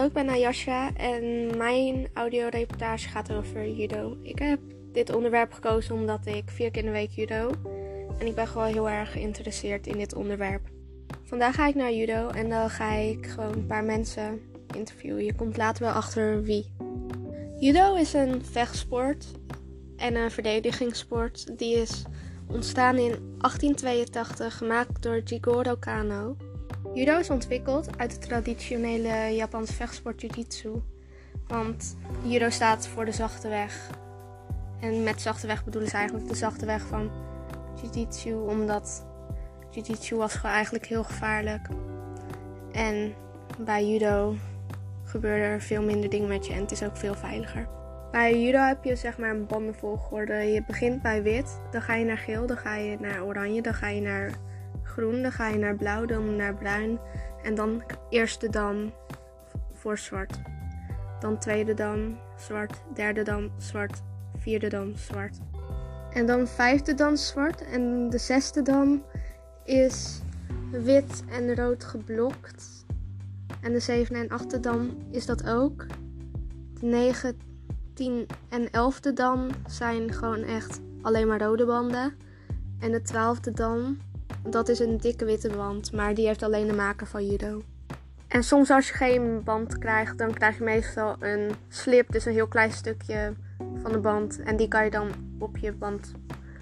Hallo, ik ben Ayasha en mijn audioreportage gaat over judo. Ik heb dit onderwerp gekozen omdat ik 4 keer in de week judo en ik ben gewoon heel erg geïnteresseerd in dit onderwerp. Vandaag ga ik naar judo en dan ga ik gewoon een paar mensen interviewen. Je komt later wel achter wie. Judo is een vechtsport en een verdedigingssport. Die is ontstaan in 1882, gemaakt door Jigoro Kano. Judo is ontwikkeld uit de traditionele Japanse vechtsport Jiu-Jitsu. Want judo staat voor de zachte weg. En met zachte weg bedoelen ze eigenlijk de zachte weg van Jiu-Jitsu, omdat Jiu-Jitsu was gewoon eigenlijk heel gevaarlijk. En bij judo gebeuren er veel minder dingen met je en het is ook veel veiliger. Bij judo heb je zeg maar een bandenvolgorde. Je begint bij wit, dan ga je naar geel, dan ga je naar oranje, dan ga je naar groen, dan ga je naar blauw, dan naar bruin. En dan eerste dan voor zwart. Dan tweede dan zwart, derde dan zwart, vierde dan zwart. En dan vijfde dan zwart en de zesde dan is wit en rood geblokt. En de zevende en achtste dan is dat ook. De 9, 10 en 11e dan zijn gewoon echt alleen maar rode banden. En de 12e dan, dat is een dikke witte band, maar die heeft alleen de maker van judo. En soms als je geen band krijgt, dan krijg je meestal een slip, dus een heel klein stukje van de band. En die kan je dan op je band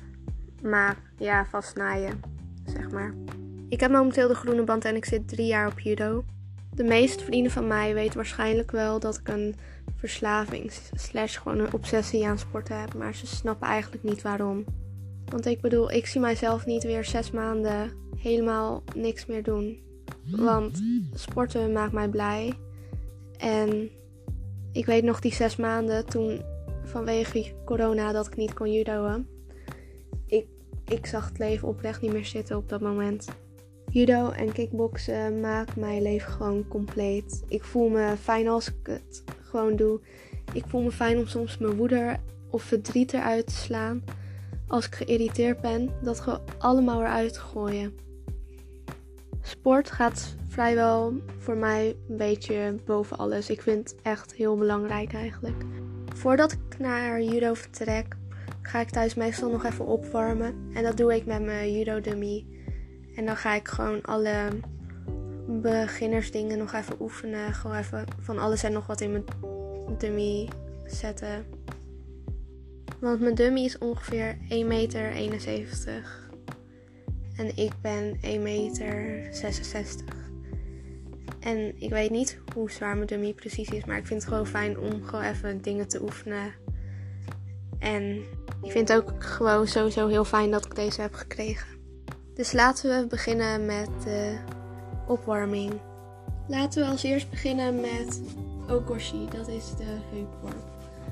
vastnaaien, zeg maar. Ik heb momenteel de groene band en ik zit 3 jaar op judo. De meeste vrienden van mij weten waarschijnlijk wel dat ik een verslaving / gewoon een obsessie aan sporten heb, maar ze snappen eigenlijk niet waarom. Want ik bedoel, ik zie mijzelf niet weer 6 maanden helemaal niks meer doen. Want sporten maakt mij blij. En ik weet nog die 6 maanden toen vanwege corona dat ik niet kon judoën. Ik zag het leven oprecht niet meer zitten op dat moment. Judo en kickboksen maakt mijn leven gewoon compleet. Ik voel me fijn als ik het gewoon doe. Ik voel me fijn om soms mijn woede of verdriet eruit te slaan. Als ik geïrriteerd ben, dat gewoon allemaal eruit te gooien. Sport gaat vrijwel voor mij een beetje boven alles. Ik vind het echt heel belangrijk eigenlijk. Voordat ik naar judo vertrek, ga ik thuis meestal nog even opwarmen. En dat doe ik met mijn judo dummy. En dan ga ik gewoon alle beginnersdingen nog even oefenen. Gewoon even van alles en nog wat in mijn dummy zetten. Want mijn dummy is ongeveer 1,71 meter. En ik ben 1,66 meter. En ik weet niet hoe zwaar mijn dummy precies is. Maar ik vind het gewoon fijn om gewoon even dingen te oefenen. En ik vind het ook gewoon sowieso heel fijn dat ik deze heb gekregen. Dus laten we beginnen met de opwarming. Laten we als eerst beginnen met Okoshi. Dat is de heupworp.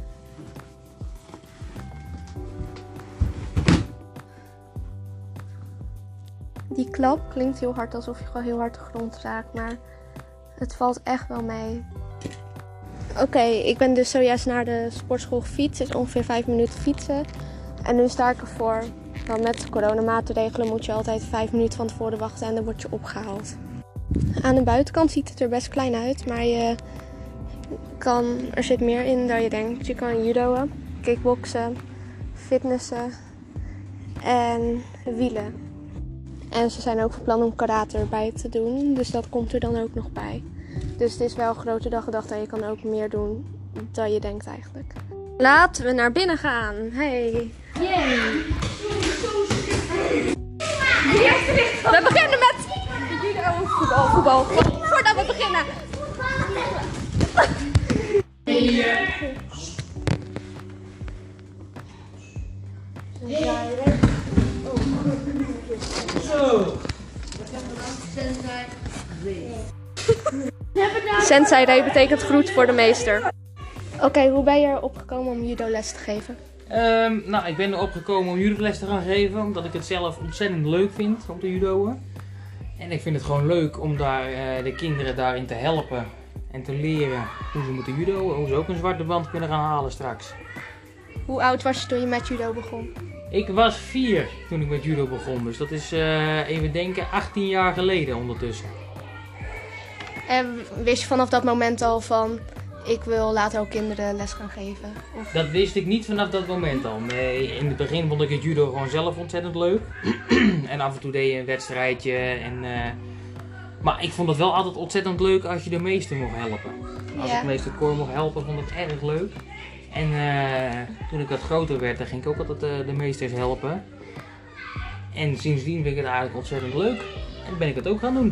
Die klap klinkt heel hard, alsof je gewoon heel hard de grond raakt, maar het valt echt wel mee. Oké, ik ben dus zojuist naar de sportschool gefietst. Het is ongeveer 5 minuten fietsen. En nu sta ik ervoor. Want met coronamaatregelen moet je altijd 5 minuten van tevoren wachten en dan word je opgehaald. Aan de buitenkant ziet het er best klein uit, maar er zit meer in dan je denkt. Je kan judoën, kickboksen, fitnessen en wielen. En ze zijn ook van plan om karate erbij te doen, dus dat komt er dan ook nog bij. Dus het is wel groter dan gedacht en je kan ook meer doen dan je denkt eigenlijk. Laten we naar binnen gaan. Hey. Yay. We beginnen met judo, voetbal. Voordat we beginnen. Zo. Sensei Rei betekent groet voor de meester. Oké, hoe ben je erop gekomen om judo les te geven? Ik ben erop gekomen om judoles te gaan geven, omdat ik het zelf ontzettend leuk vind om te judoën. En ik vind het gewoon leuk om de kinderen daarin te helpen en te leren hoe ze moeten judoën, hoe ze ook een zwarte band kunnen gaan halen straks. Hoe oud was je toen je met judo begon? Ik was 4 toen ik met judo begon, dus dat is even denken 18 jaar geleden ondertussen. En wist je vanaf dat moment al van, ik wil later ook kinderen les gaan geven? Of... Dat wist ik niet vanaf dat moment al. Nee, in het begin vond ik het judo gewoon zelf ontzettend leuk. En af en toe deed je een wedstrijdje. Maar ik vond het wel altijd ontzettend leuk als je de meester mocht helpen. Als ik meester Cor mocht helpen, vond ik het erg leuk. En toen ik wat groter werd, dan ging ik ook altijd de meesters helpen. En sindsdien vind ik het eigenlijk ontzettend leuk. En ben ik het ook gaan doen.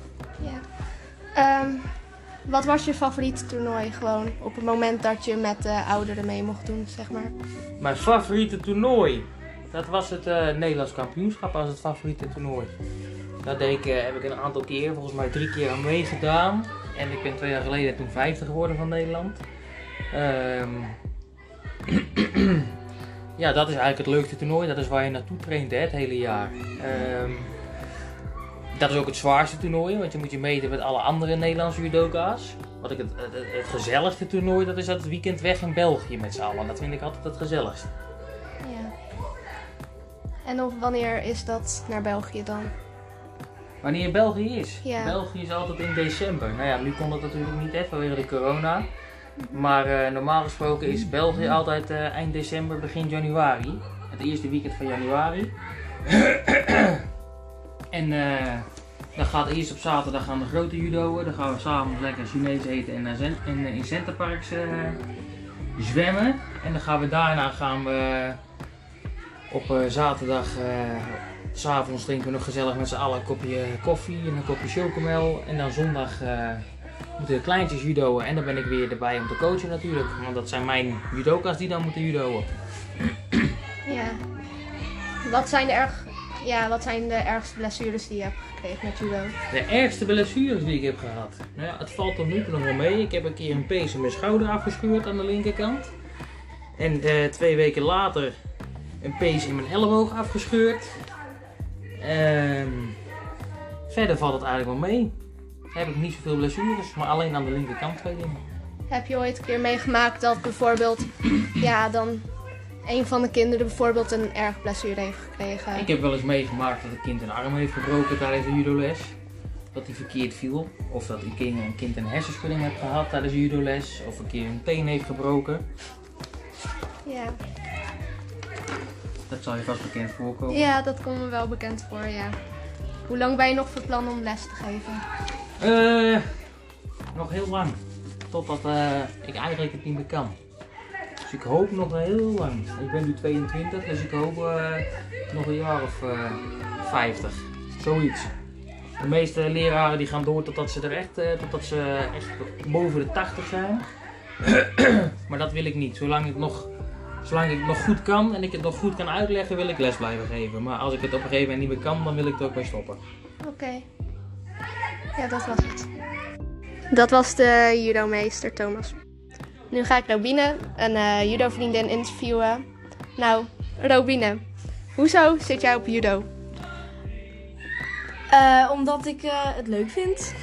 Ja. Wat was je favoriete toernooi gewoon op het moment dat je met de ouderen mee mocht doen, zeg maar? Mijn favoriete toernooi? Dat was het Nederlands kampioenschap als het favoriete toernooi. Dat heb ik een aantal keer, volgens mij 3 keer aan meegedaan. En ik ben 2 jaar geleden toen 50 geworden van Nederland. Ja, dat is eigenlijk het leukste toernooi. Dat is waar je naartoe traint, hè, het hele jaar. Dat is ook het zwaarste toernooi, want je moet je meten met alle andere Nederlandse judoka's. Wat ik het gezelligste toernooi, dat is dat weekend weg in België met z'n allen. Dat vind ik altijd het gezelligste. Ja. En wanneer is dat naar België dan? Wanneer België is? Ja. België is altijd in december. Nou ja, nu kon dat natuurlijk niet echt vanwege de corona. Maar normaal gesproken is België altijd eind december, begin januari. Het eerste weekend van januari. En dan gaat eerst op zaterdag gaan de grote judo'en. Dan gaan we s'avonds lekker Chinees eten en in Centerparks zwemmen. En dan gaan we daarna op zaterdag s'avonds drinken we nog gezellig met z'n allen een kopje koffie en een kopje chocomel. En dan zondag moeten de kleintjes judo'en en dan ben ik weer erbij om te coachen natuurlijk. Want dat zijn mijn judoka's die dan moeten judo'en. Ja. Wat zijn de ergste blessures die je hebt gekregen met judo? De ergste blessures die ik heb gehad? Nou ja, het valt tot nu toe nog wel mee. Ik heb een keer een pees in mijn schouder afgescheurd aan de linkerkant. En 2 weken later een pees in mijn elleboog afgescheurd. Verder valt het eigenlijk wel mee. Heb ik niet zoveel blessures, maar alleen aan de linkerkant 2 dingen. Heb je ooit een keer meegemaakt dat bijvoorbeeld, dan een van de kinderen bijvoorbeeld een erg blessure heeft gekregen? Ik heb wel eens meegemaakt dat een kind een arm heeft gebroken tijdens de judoles. Dat hij verkeerd viel. Of dat een kind een hersenschudding heeft gehad tijdens de judoles. Of een keer een teen heeft gebroken. Ja. Dat zal je vast bekend voorkomen. Ja, dat komt me wel bekend voor, ja. Hoe lang ben je nog van plan om les te geven? Nog heel lang. Totdat ik eigenlijk het niet meer kan. Dus ik hoop nog heel lang. Ik ben nu 22, dus ik hoop nog een jaar of 50. Zoiets. De meeste leraren die gaan door totdat ze echt boven de 80 zijn. Maar dat wil ik niet. Zolang ik nog goed kan en ik het nog goed kan uitleggen, wil ik les blijven geven. Maar als ik het op een gegeven moment niet meer kan, dan wil ik er ook mee stoppen. Oké. Ja, dat was het. Dat was de judomeester Thomas. Nu ga ik Robine, een judo-vriendin, interviewen. Nou, Robine, hoezo zit jij op judo? Omdat ik het leuk vind.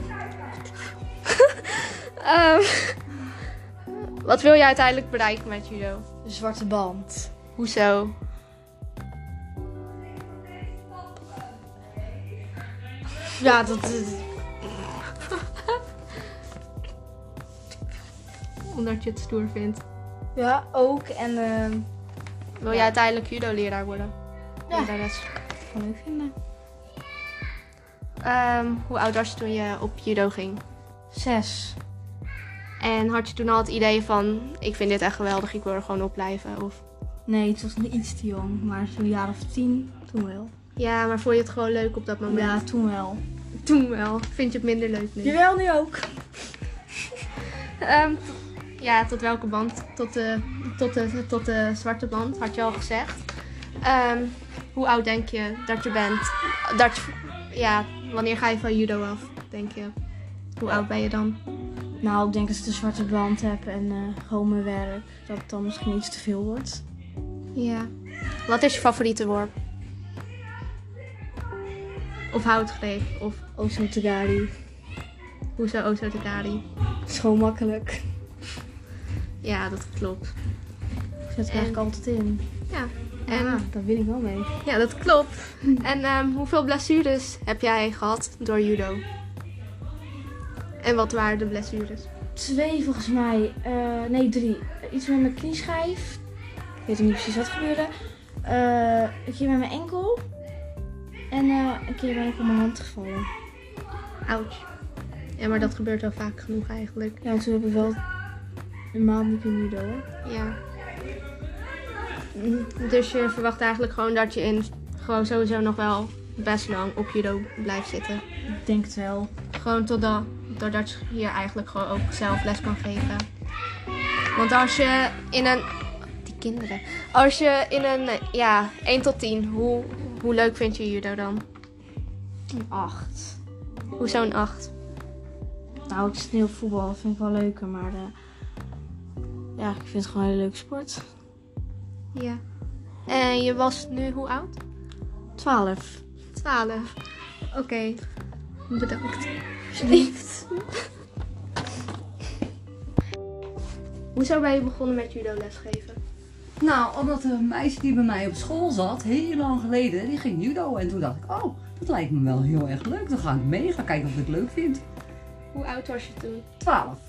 Wat wil je uiteindelijk bereiken met judo? De zwarte band. Hoezo? Ja, dat... Omdat je het stoer vindt. Ja, ook. En Wil je uiteindelijk judo-leraar worden? Ja. Dat is kan leuk vinden. Hoe oud was je toen je op judo ging? 6. En had je toen al het idee van, ik vind dit echt geweldig, ik wil er gewoon op blijven? Of... Nee, het was nog iets te jong. Maar zo'n jaar of 10, toen wel. Ja, maar vond je het gewoon leuk op dat moment? Ja, toen wel. Toen wel. Vind je het minder leuk nu? Jawel, nu ook. Ja, tot welke band? Tot de zwarte band, had je al gezegd. Hoe oud denk je dat je bent? Wanneer ga je van judo af, denk je? Hoe oud ben je dan? Nou, ik denk als ik de zwarte band heb en gewoon mijn werk, dat het dan misschien iets te veel wordt. Ja. Wat is je favoriete worp? Of houtgreep? Of Oso-Tegari. hoezo Oso-Tegari? Het is gewoon makkelijk. Ja, dat klopt. Ik zet er eigenlijk altijd in. Ja. En daar win ik wel mee. Ja, dat klopt. En hoeveel blessures heb jij gehad door judo? En wat waren de blessures? 2 volgens mij. Nee, 3. Iets met mijn knieschijf. Ik weet niet precies wat gebeurde. Een keer met mijn enkel. En een keer ben ik op mijn hand gevallen. Ouch. Ja, maar dat gebeurt wel vaak genoeg eigenlijk. Ja, en toen heb ik wel een maand niet kunnen judo, hè. Ja. Dus je verwacht eigenlijk gewoon dat je gewoon sowieso nog wel best lang op judo blijft zitten. Ik denk het wel. Gewoon doordat je hier eigenlijk gewoon ook zelf les kan geven. Want als je in een... Die kinderen. Als je in een... 1 tot 10. Hoe leuk vind je judo dan? Een 8. Hoezo een 8? Nou, ik sneeuwvoetbal vind ik wel leuker, maar ja, ik vind het gewoon een hele leuke sport. Ja. En je was nu hoe oud? 12. 12. Oké. Bedankt. Alsjeblieft. Hoezo ben je begonnen met judo lesgeven? Nou, omdat een meisje die bij mij op school zat, heel lang geleden, die ging judo. En toen dacht ik, oh, dat lijkt me wel heel erg leuk. Dan ga ik mee, ga kijken of ik het leuk vind. Hoe oud was je toen? 12.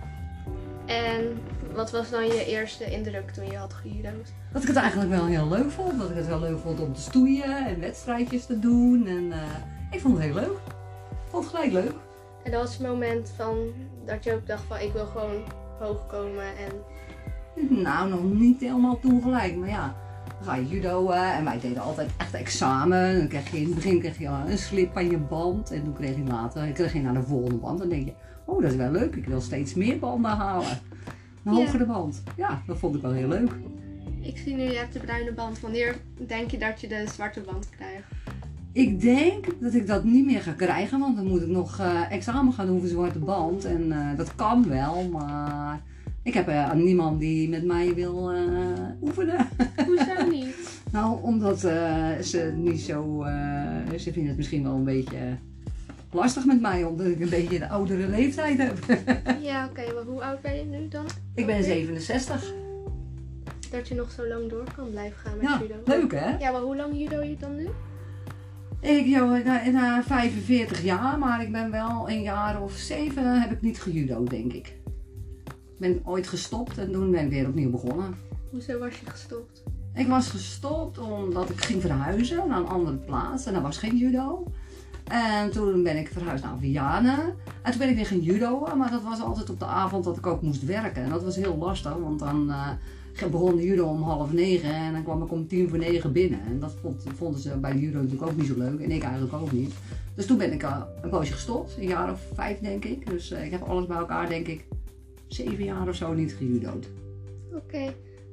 En wat was dan je eerste indruk toen je had gejudo'd? Dat ik het eigenlijk wel heel leuk vond. Dat ik het wel leuk vond om te stoeien en wedstrijdjes te doen. En ik vond het heel leuk. Ik vond het gelijk leuk. En dat was het moment dat je ook dacht van ik wil gewoon hoog komen en... Nou, nog niet helemaal toen gelijk. Maar ja, dan ga je judoën en wij deden altijd echt examen. Dan kreeg je in het begin een slip aan je band. En toen kreeg je naar de volgende band. Dan denk je, oh dat is wel leuk. Ik wil steeds meer banden halen. Een hogere band. Ja, dat vond ik wel heel leuk. Ik zie nu, je hebt de bruine band. Wanneer denk je dat je de zwarte band krijgt? Ik denk dat ik dat niet meer ga krijgen, want dan moet ik nog examen gaan doen voor zwarte band. En dat kan wel, maar ik heb niemand die met mij wil oefenen. Hoezo niet? Nou, omdat ze niet zo... ze vinden het misschien wel een beetje lastig met mij, omdat ik een beetje de oudere leeftijd heb. Ja, oké, maar hoe oud ben je nu dan? Ik ben 67. Dat je nog zo lang door kan blijven gaan met judo. Leuk hè? Ja, maar hoe lang judo je dan nu? Ik, na 45 jaar, maar ik ben wel een jaar of 7 heb ik niet gejudo'd, denk ik. Ik ben ooit gestopt en toen ben ik weer opnieuw begonnen. Hoezo was je gestopt? Ik was gestopt omdat ik ging verhuizen naar een andere plaats en daar was geen judo. En toen ben ik verhuisd naar Vianen. En toen ben ik weer gaan judo'en, maar dat was altijd op de avond dat ik ook moest werken. En dat was heel lastig, want dan begon de judo om 8:30 en dan kwam ik om 8:50 binnen. En dat vonden ze bij de judo natuurlijk ook niet zo leuk en ik eigenlijk ook niet. Dus toen ben ik een poosje gestopt, een jaar of 5 denk ik. Dus ik heb alles bij elkaar denk ik 7 jaar of zo niet gejudo'd. Oké.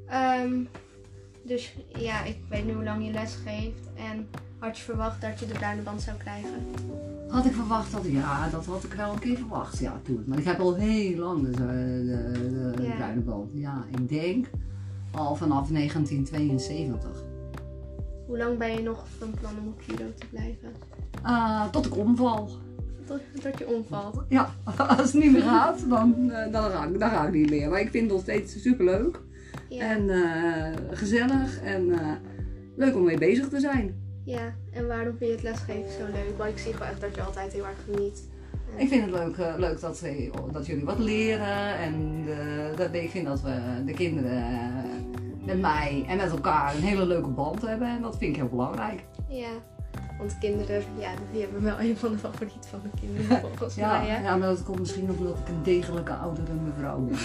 Dus ja, ik weet nu hoe lang je les geeft. En had je verwacht dat je de bruine band zou krijgen? Had ik verwacht dat had ik wel een keer verwacht, ja toen. Maar ik heb al heel lang de bruine band. Ja, ik denk al vanaf 1972. Hoe lang ben je nog van plan om op judo te blijven? Tot ik omval. Tot je omvalt? Ja, als het niet meer gaat, dan ga ik niet meer. Maar ik vind het nog steeds superleuk. Ja. En gezellig en leuk om mee bezig te zijn. Ja, en waarom vind je het lesgeven zo leuk? Want ik zie gewoon echt dat je altijd heel erg geniet. Ik vind het leuk dat jullie wat leren en ik vind dat we de kinderen met mij en met elkaar een hele leuke band hebben en dat vind ik heel belangrijk. Ja, want kinderen, ja, die hebben wel een van de favorieten van de kinderen volgens mij. Hè? Ja, maar dat komt misschien nog omdat ik een degelijke oudere mevrouw ben.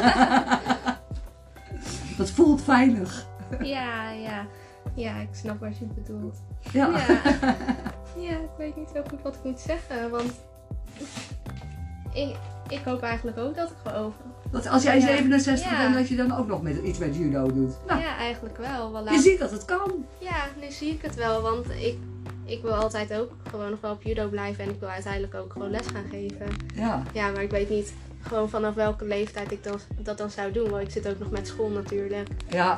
Dat voelt veilig. Ja, ik snap wat je bedoelt. Ja. Ja, ik weet niet zo goed wat ik moet zeggen, want ik hoop eigenlijk ook dat ik gewoon over. Dat als jij 67 bent, dat je dan ook nog iets met judo doet. Nou, ja, eigenlijk wel. Je ziet dat het kan. Ja, nu zie ik het wel, want ik wil altijd ook gewoon nog wel op judo blijven en ik wil uiteindelijk ook gewoon les gaan geven. Ja, maar ik weet niet gewoon vanaf welke leeftijd ik dat dan zou doen, want ik zit ook nog met school natuurlijk.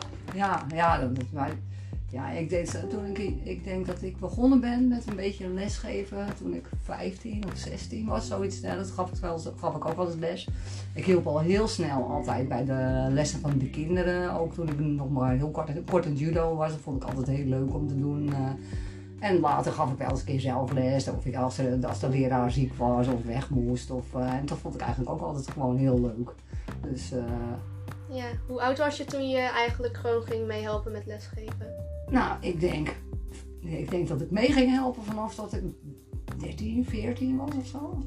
Ik denk dat ik begonnen ben met een beetje lesgeven toen ik 15 of 16 was, zoiets. Ja, dat gaf ik ook wel eens les. Ik hielp al heel snel altijd bij de lessen van de kinderen. Ook toen ik nog maar heel kort in judo was, dat vond ik altijd heel leuk om te doen. En later gaf ik wel eens een keer zelf les. Of als de leraar ziek was of weg moest. En dat vond ik eigenlijk ook altijd gewoon heel leuk. Dus, Ja, hoe oud was je toen je eigenlijk gewoon ging meehelpen met lesgeven? nou, ik denk dat ik mee ging helpen vanaf dat ik 13, 14 was of zo.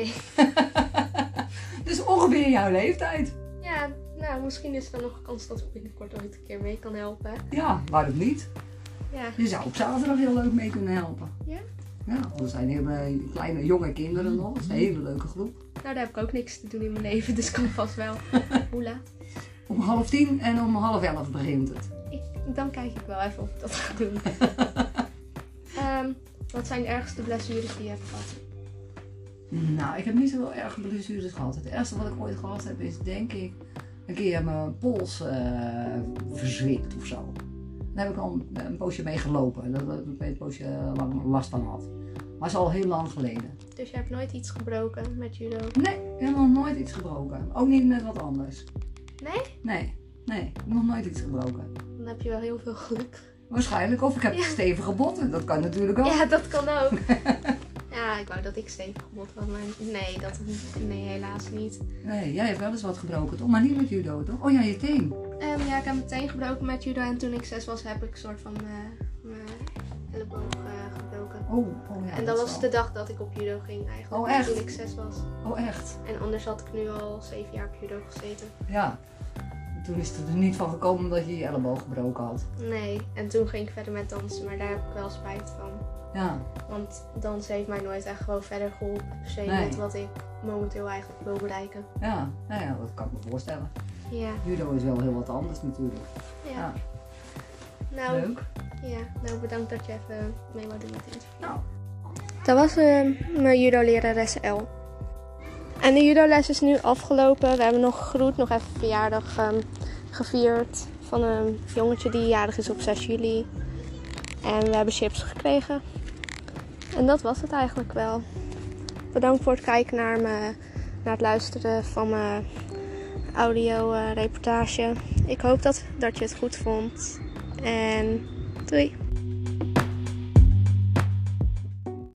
Dus ongeveer jouw leeftijd. Ja, nou, misschien is er dan nog een kans dat ik binnenkort ooit een keer mee kan helpen. Ja, waarom niet? Ja. Je zou op zaterdag heel leuk mee kunnen helpen. Ja? Ja, want er zijn hele kleine, jonge kinderen nog. Dat is een hele leuke groep. Nou, daar heb ik ook niks te doen in mijn leven, dus kan vast wel. Hoe laat? Om 10:30 en om 10:30 begint het. Dan kijk ik wel even of ik dat ga doen. Wat zijn de ergste blessures die je hebt gehad? Nou, ik heb niet zo erg blessures gehad. Het ergste wat ik ooit gehad heb is, denk ik, een keer mijn pols verzwikt of zo. Daar heb ik al een poosje mee gelopen. Dat ik een poosje lang last van had. Maar het is al heel lang geleden. Dus je hebt nooit iets gebroken met judo? Nee, helemaal nooit iets gebroken. Ook niet met wat anders. Nee? Nee, ik heb nog nooit iets gebroken. Dan heb je wel heel veel geluk. Waarschijnlijk. Of ik heb stevige botten. Dat kan natuurlijk ook. Ja, dat kan ook. Ja, ik wou dat ik stevig gebot was, maar nee, helaas niet. Nee, jij hebt wel eens wat gebroken, toch? Maar niet met judo, toch? Oh ja, je teen. Ja, ik heb mijn teen gebroken met judo en toen ik 6 was heb ik een soort van mijn elleboog gebroken. Oh ja. En dat was de dag dat ik op judo ging eigenlijk. Oh, echt? Toen ik 6 was. Oh, echt? En anders had ik nu al 7 jaar op judo gezeten. Ja. Toen is het er niet van gekomen omdat je je elleboog gebroken had. Nee, en toen ging ik verder met dansen, maar daar heb ik wel spijt van. Ja. Want dansen heeft mij nooit echt gewoon verder geholpen. Per se Nee. met wat ik momenteel eigenlijk wil bereiken. Ja, nou ja, dat kan ik me voorstellen. Ja. Judo is wel heel wat anders natuurlijk. Ja. Ja. Nou, Leuk. ja, nou bedankt dat je even mee wou doen met dit interview. Nou. Dat was mijn judo-lerares El. En de judoles is nu afgelopen. We hebben nog gegroet, nog even verjaardag gevierd van een jongetje die jarig is op 6 juli. En we hebben chips gekregen. En dat was het eigenlijk wel. Bedankt voor het kijken naar het luisteren van mijn audio reportage. Ik hoop dat je het goed vond. En doei!